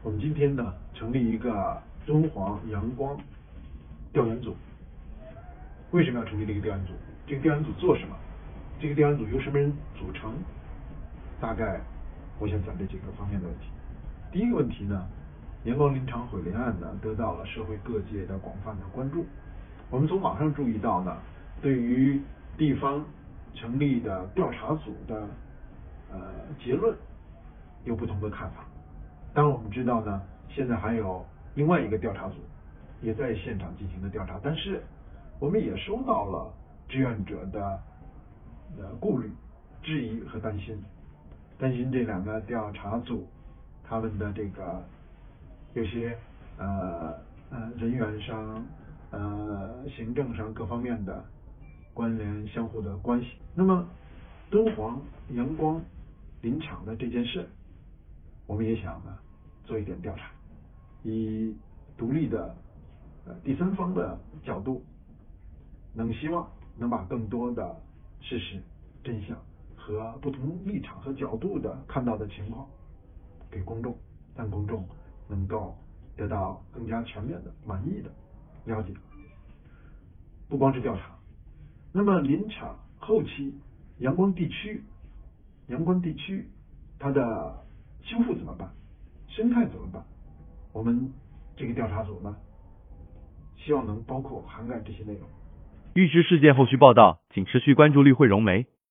我们今天呢成立一个敦煌阳光调研组。为什么要成立这个调研组？这个调研组做什么？这个调研组由什么人组成？大概我想讲这几个方面的问题。第一个问题呢，阳光林场毁林案呢得到了社会各界的广泛的关注。我们从网上注意到呢，对于地方成立的调查组的结论有不同的看法。当然我们知道呢，现在还有另外一个调查组也在现场进行的调查，但是我们也收到了志愿者的顾虑、质疑和担心这两个调查组他们的这个有些人员上行政上各方面的关联相互的关系。那么敦煌阳光林场的这件事，我们也想呢做一点调查，以独立的第三方的角度，希望能把更多的事实真相和不同立场和角度的看到的情况给公众，让公众能够得到更加全面的满意的了解。不光是调查，那么林场后期阳关地区它的修复怎么办？生态怎么办？我们这个调查组呢，希望能包括涵盖这些内容。 预知事件后续报道，请持续关注绿会融媒。